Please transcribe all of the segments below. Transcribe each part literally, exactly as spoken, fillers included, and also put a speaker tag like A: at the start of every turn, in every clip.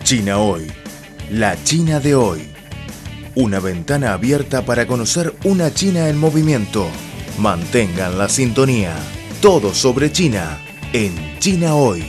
A: China Hoy, la China de hoy. Una ventana abierta para conocer una China en movimiento. Mantengan la sintonía. Todo sobre China en China Hoy.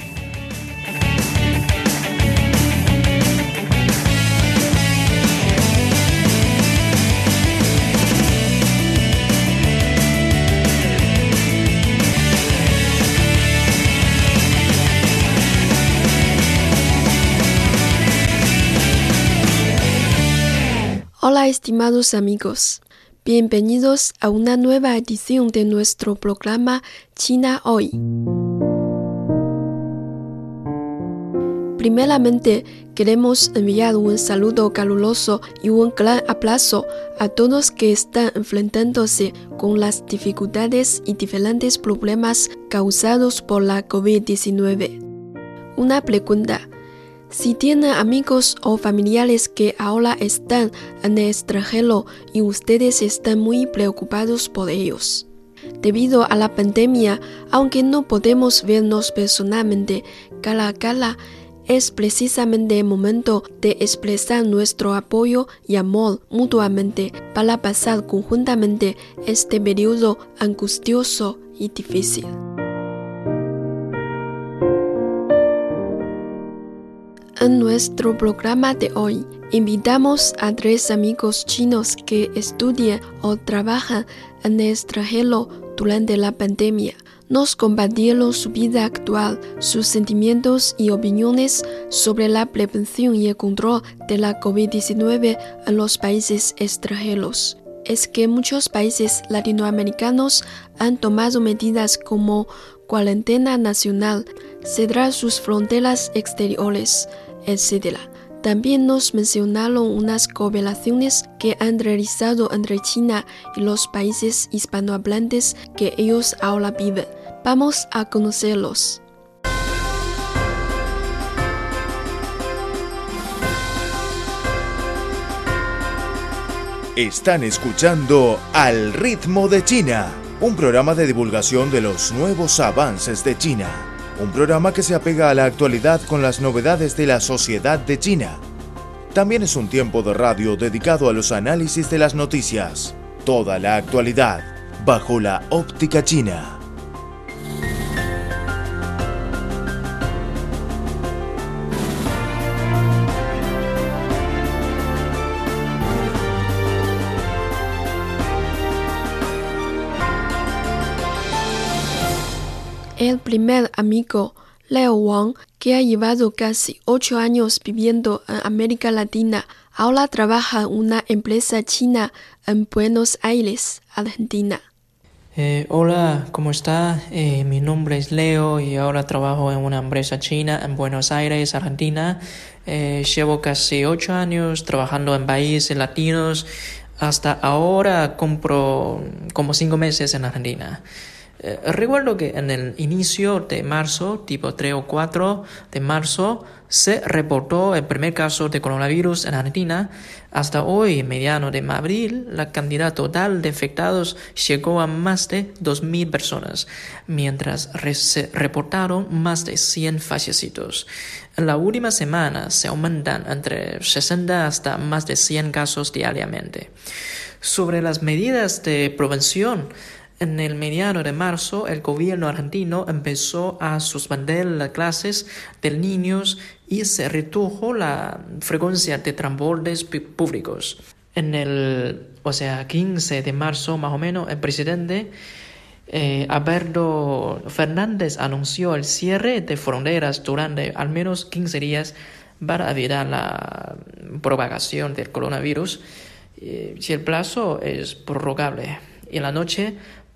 B: Hola estimados amigos, bienvenidos a una nueva edición de nuestro programa China Hoy. Primeramente, queremos enviar un saludo caluroso y un gran abrazo a todos que están enfrentándose con las dificultades y diferentes problemas causados por la COVID diecinueve. Una pregunta. Si tienen amigos o familiares que ahora están en el extranjero y ustedes están muy preocupados por ellos. Debido a la pandemia, aunque no podemos vernos personalmente cara a cara, es precisamente el momento de expresar nuestro apoyo y amor mutuamente para pasar conjuntamente este periodo angustioso y difícil. En nuestro programa de hoy, invitamos a tres amigos chinos que estudian o trabajan en el extranjero durante la pandemia. Nos compartieron su vida actual, sus sentimientos y opiniones sobre la prevención y el control de la COVID diecinueve en los países extranjeros. Es que muchos países latinoamericanos han tomado medidas como cuarentena nacional, cerrar sus fronteras exteriores, etcétera. También nos mencionaron unas cooperaciones que han realizado entre China y los países hispanohablantes que ellos ahora viven. Vamos a conocerlos.
A: Están escuchando Al Ritmo de China, un programa de divulgación de los nuevos avances de China. Un programa que se apega a la actualidad con las novedades de la sociedad de China. También es un tiempo de radio dedicado a los análisis de las noticias. Toda la actualidad, bajo la óptica china.
B: El primer amigo, Leo Wang, que ha llevado casi ocho años viviendo en América Latina, ahora trabaja en una empresa china en Buenos Aires, Argentina.
C: Eh, hola, ¿cómo está? Eh, mi nombre es Leo y ahora trabajo en una empresa china en Buenos Aires, Argentina. Eh, llevo casi ocho años trabajando en países latinos. Hasta ahora compro como cinco meses en Argentina. Eh, recuerdo que en el inicio de marzo, tipo tres o cuatro de marzo, se reportó el primer caso de coronavirus en Argentina. Hasta hoy, mediano de abril, la cantidad total de infectados llegó a más de dos mil personas, mientras re- se reportaron más de cien fallecidos. En la última semana se aumentan entre sesenta hasta más de cien casos diariamente. Sobre las medidas de prevención, en el mediano de marzo, el gobierno argentino empezó a suspender las clases de niños y se redujo la frecuencia de transportes públicos. En el, o sea, quince de marzo más o menos, el presidente eh, Alberto Fernández anunció el cierre de fronteras durante al menos quince días para evitar la propagación del coronavirus. Eh, si el plazo es prorrogable. En la noche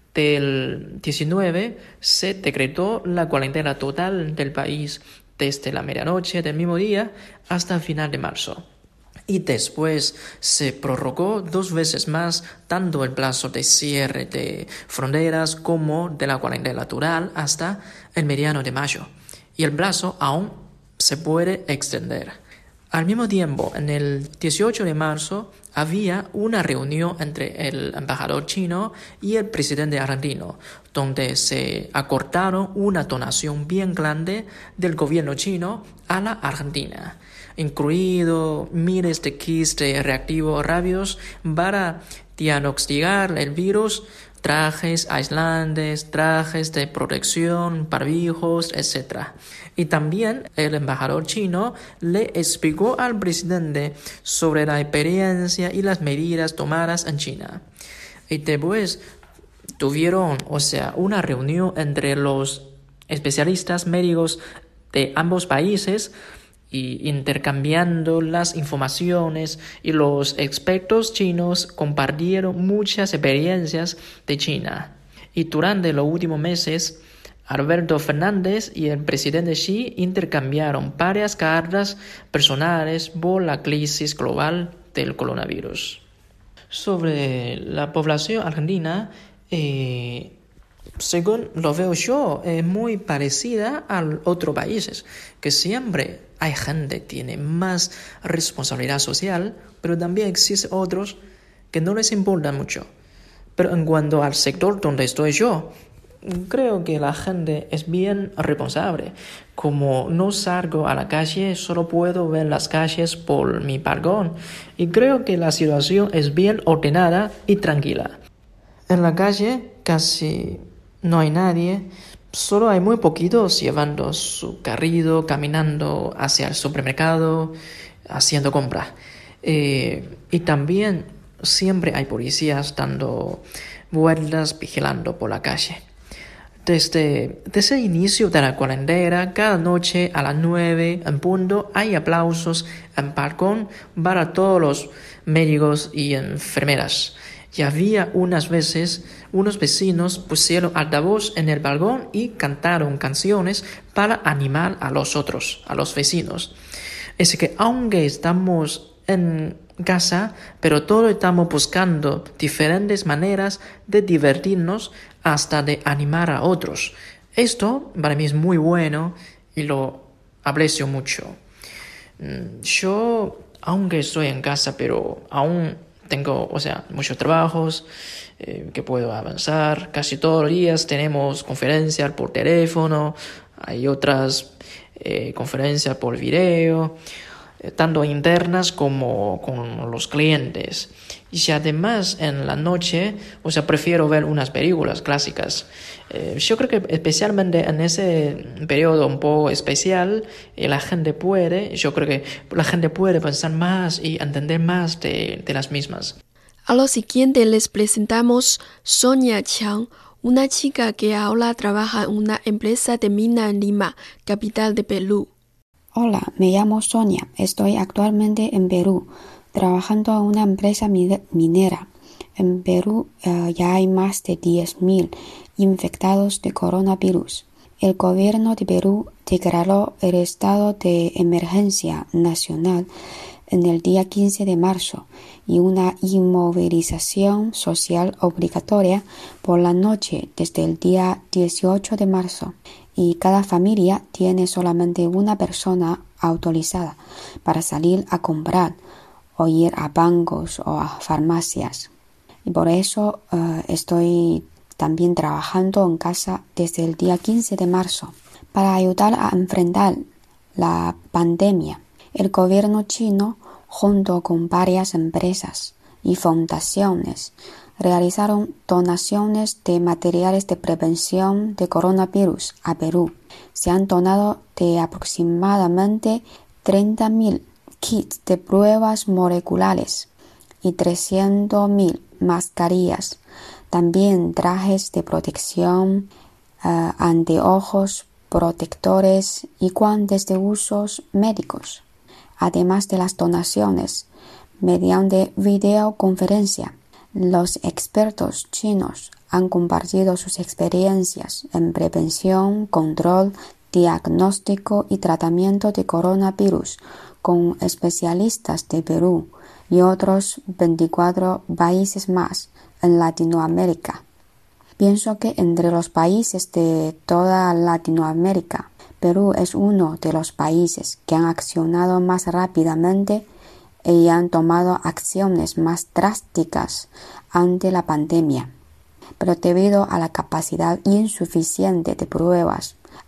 C: del diecinueve se decretó la cuarentena total del país desde la medianoche del mismo día hasta el final de marzo. Y después se prorrogó dos veces más tanto el plazo de cierre de fronteras como de la cuarentena natural hasta el mediano de mayo. Y el plazo aún se puede extender. Al mismo tiempo, en el dieciocho de marzo, había una reunión entre el embajador chino y el presidente argentino, donde se acordaron una donación bien grande del gobierno chino a la Argentina. incluido miles de kits de reactivos rápidos para diagnosticar el virus, trajes aislantes, trajes de protección, barbijos, etcétera. Y también el embajador chino le explicó al presidente sobre la experiencia y las medidas tomadas en China. Y después tuvieron, o sea, una reunión entre los especialistas médicos de ambos países y intercambiando las informaciones, y los expertos chinos compartieron muchas experiencias de China. Y durante los últimos meses, Alberto Fernández y el presidente Xi intercambiaron varias cartas personales por la crisis global del coronavirus. Sobre la población argentina, eh, según lo veo yo, es muy parecida a otros países, que siempre hay gente que tiene más responsabilidad social, pero también existen otros que no les importa mucho. Pero en cuanto al sector donde estoy yo, creo que la gente es bien responsable. Como no salgo a la calle, solo puedo ver las calles por mi balcón, y creo que la situación es bien ordenada y tranquila. En la calle casi no hay nadie, solo hay muy poquitos llevando su carrito, caminando hacia el supermercado, haciendo compras. Eh, y también siempre hay policías dando vueltas, vigilando por la calle. Desde, desde el inicio de la cuarentena, cada noche a las nueve en punto hay aplausos en balcón para todos los médicos y enfermeras. Y había unas veces unos vecinos pusieron altavoz en el balcón y cantaron canciones para animar a los otros, a los vecinos. Es que aunque estamos en casa, pero todos estamos buscando diferentes maneras de divertirnos, hasta de animar a otros. Esto para mí es muy bueno y lo aprecio mucho. Yo, aunque estoy en casa, pero aún tengo, o sea, muchos trabajos eh, que puedo avanzar. Casi todos los días tenemos conferencias por teléfono, hay otras eh, conferencias por video, eh, tanto internas como con los clientes. Y si además en la noche, o sea, prefiero ver unas películas clásicas. Eh, yo creo que especialmente en ese periodo un poco especial, eh, la gente puede, yo creo que la gente puede pensar más y entender más de, de las mismas.
B: A lo siguiente les presentamos Sonia Chiang, una chica que ahora trabaja en una empresa de mina en Lima, capital de Perú.
D: Hola, me llamo Sonia, estoy actualmente en Perú, trabajando en una empresa minera. En Perú uh, ya hay más de diez mil infectados de coronavirus. El gobierno de Perú declaró el estado de emergencia nacional en el día quince de marzo y una inmovilización social obligatoria por la noche desde el día dieciocho de marzo. Y cada familia tiene solamente una persona autorizada para salir a comprar o ir a bancos o a farmacias. Y por eso uh, estoy también trabajando en casa desde el día quince de marzo. Para ayudar a enfrentar la pandemia, el gobierno chino, junto con varias empresas y fundaciones, realizaron donaciones de materiales de prevención de coronavirus a Perú. Se han donado de aproximadamente treinta mil kits de pruebas moleculares y trescientas mil mascarillas, también trajes de protección, uh, anteojos, protectores y guantes de usos médicos. Además de las donaciones, mediante videoconferencia, los expertos chinos han compartido sus experiencias en prevención, control, diagnóstico y tratamiento de coronavirus con especialistas de Perú y otros veinticuatro países más en Latinoamérica. Pienso que entre los países de toda Latinoamérica, Perú es uno de los países que han accionado más rápidamente y han tomado acciones más drásticas ante la pandemia. Pero debido a la capacidad insuficiente de pruebas,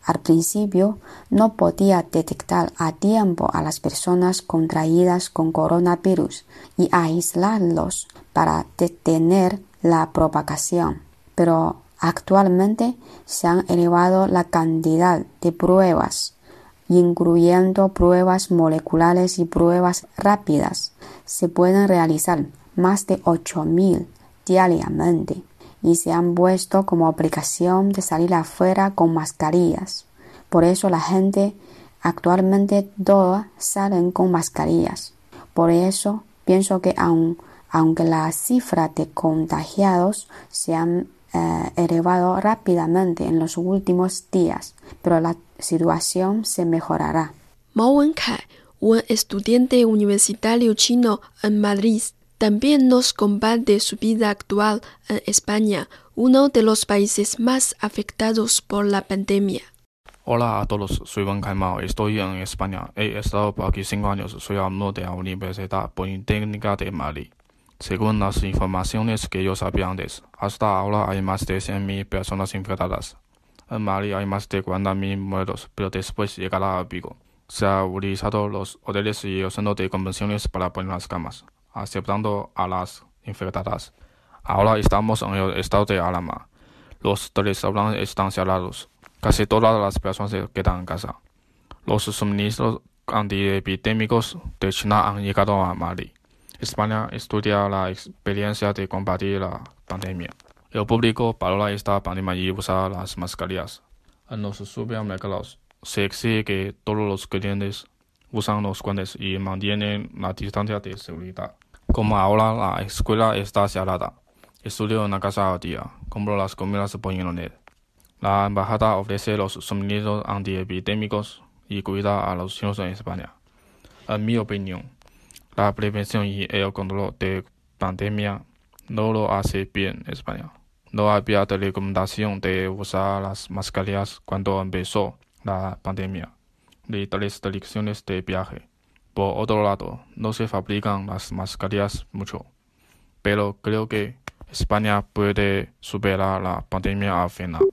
D: Al principio no podía detectar a tiempo a las personas contraídas con coronavirus y aislarlos para detener la propagación, pero actualmente se han elevado la cantidad de pruebas, incluyendo pruebas moleculares y pruebas rápidas. Se pueden realizar más de ocho mil diariamente y se han puesto como obligación de salir afuera con mascarillas. Por eso la gente actualmente todas salen con mascarillas. Por eso pienso que aun, aunque las cifras de contagiados se han eh, elevado rápidamente en los últimos días, pero la situación se mejorará.
B: Mao Wenkai, un estudiante universitario chino en Madrid, también nos comparte su vida actual en España, uno de los países más afectados por la pandemia.
E: Hola a todos, soy Wenkai Mao, estoy en España. He estado por aquí cinco años, soy alumno de la Universidad Politécnica de Madrid. Según las informaciones que yo sabía antes, hasta ahora hay más de cien mil personas infectadas. En Madrid hay más de cuarenta mil muertos, pero después llegará el pico. Se han utilizado los hoteles y los centros de convenciones para poner las camas, aceptando a las infectadas. Ahora estamos en el estado de alarma. Los restaurantes están cerrados. Casi todas las personas se quedan en casa. Los suministros antiepidémicos de China han llegado a Madrid. España estudia la experiencia de combatir la pandemia. El público valora esta pandemia y usa las mascarillas. En los supermercados se exige que todos los clientes usan los guantes y mantienen la distancia de seguridad. Como ahora la escuela está cerrada, estudio en la casa al día, compro las comidas por internet. La embajada ofrece los suministros antiepidémicos y cuida a los chinos en España. En mi opinión, la prevención y el control de pandemia no lo hace bien España. No había recomendación de usar las mascarillas cuando empezó la pandemia, ni restricciones de viaje. Por otro lado, no se fabrican las mascarillas mucho, pero creo que España puede superar la pandemia al final.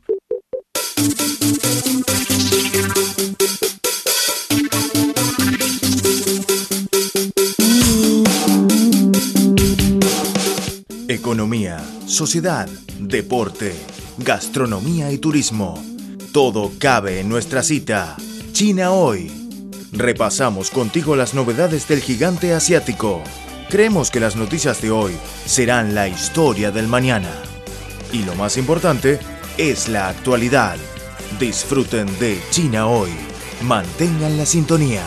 A: Economía, sociedad, deporte, gastronomía y turismo. Todo cabe en nuestra cita. China Hoy. Repasamos contigo las novedades del gigante asiático. Creemos que las noticias de hoy serán la historia del mañana. Y lo más importante es la actualidad. Disfruten de China Hoy. Mantengan la sintonía.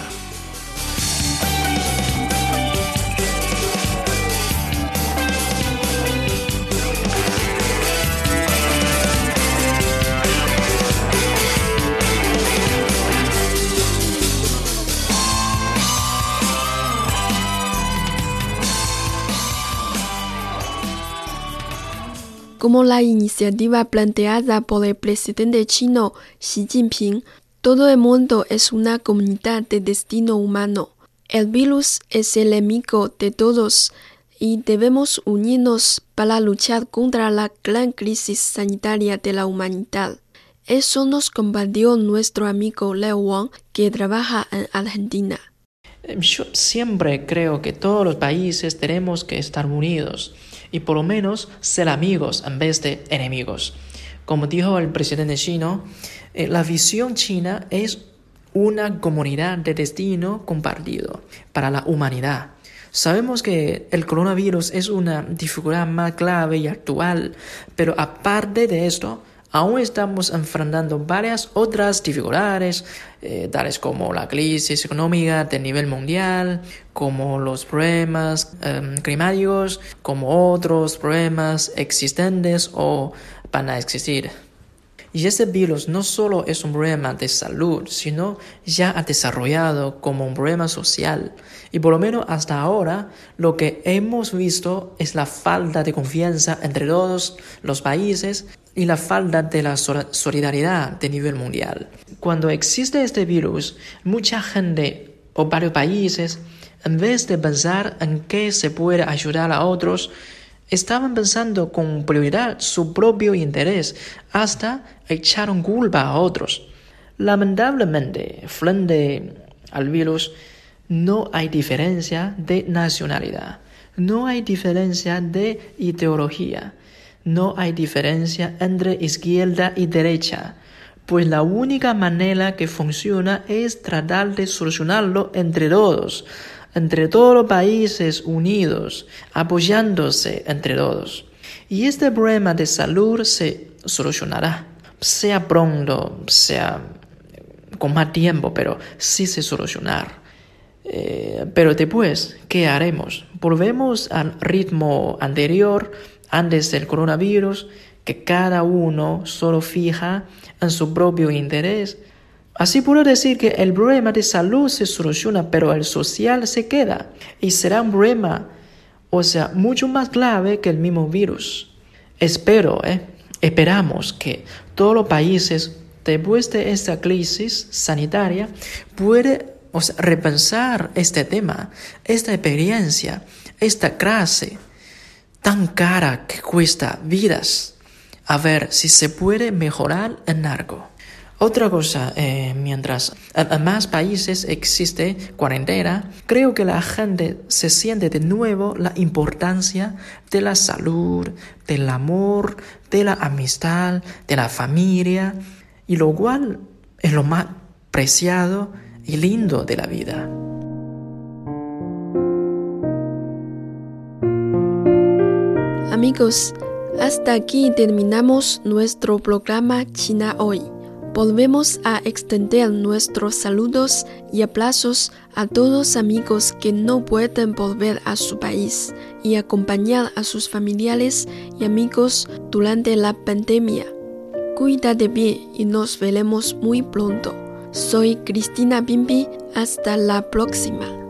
B: Como la iniciativa planteada por el presidente chino Xi Jinping, todo el mundo es una comunidad de destino humano. El virus es el enemigo de todos y debemos unirnos para luchar contra la gran crisis sanitaria de la humanidad. Eso nos compartió nuestro amigo Leo Wang, que trabaja en Argentina.
C: Yo siempre creo que todos los países tenemos que estar unidos y por lo menos ser amigos en vez de enemigos. Como dijo el presidente chino, eh, la visión china es una comunidad de destino compartido para la humanidad. Sabemos que el coronavirus es una dificultad más clave y actual, pero aparte de esto, aún estamos enfrentando varias otras dificultades, eh, tales como la crisis económica de nivel mundial, como los problemas eh, climáticos, como otros problemas existentes o van a existir. Y este virus no solo es un problema de salud, sino ya ha desarrollado como un problema social. Y por lo menos hasta ahora, lo que hemos visto es la falta de confianza entre todos los países y la falta de la solidaridad de nivel mundial. Cuando existe este virus, mucha gente o varios países, en vez de pensar en qué se puede ayudar a otros, estaban pensando con prioridad su propio interés, hasta echaron culpa a otros. Lamentablemente, frente al virus, no hay diferencia de nacionalidad, no hay diferencia de ideología, no hay diferencia entre izquierda y derecha, pues la única manera que funciona es tratar de solucionarlo entre todos, entre todos los países unidos, apoyándose entre todos. Y este problema de salud se solucionará, sea pronto, sea con más tiempo, pero sí se solucionará. Eh, pero después, ¿qué haremos? ¿Volvemos al ritmo anterior, antes del coronavirus, que cada uno solo fija en su propio interés? Así puedo decir que el problema de salud se soluciona, pero el social se queda. Y será un problema, o sea, mucho más grave que el mismo virus. Espero, eh, esperamos que todos los países, después de esta crisis sanitaria, puedan o sea, repensar este tema, esta experiencia, esta clase tan cara que cuesta vidas, a ver si se puede mejorar en algo. Otra cosa, eh, mientras en más países existe cuarentena, creo que la gente se siente de nuevo la importancia de la salud, del amor, de la amistad, de la familia, y lo cual es lo más preciado y lindo de la vida.
B: Amigos, hasta aquí terminamos nuestro programa China Hoy. Volvemos a extender nuestros saludos y abrazos a todos amigos que no pueden volver a su país y acompañar a sus familiares y amigos durante la pandemia. Cuídate bien y nos veremos muy pronto. Soy Cristina Bimbi. Hasta la próxima.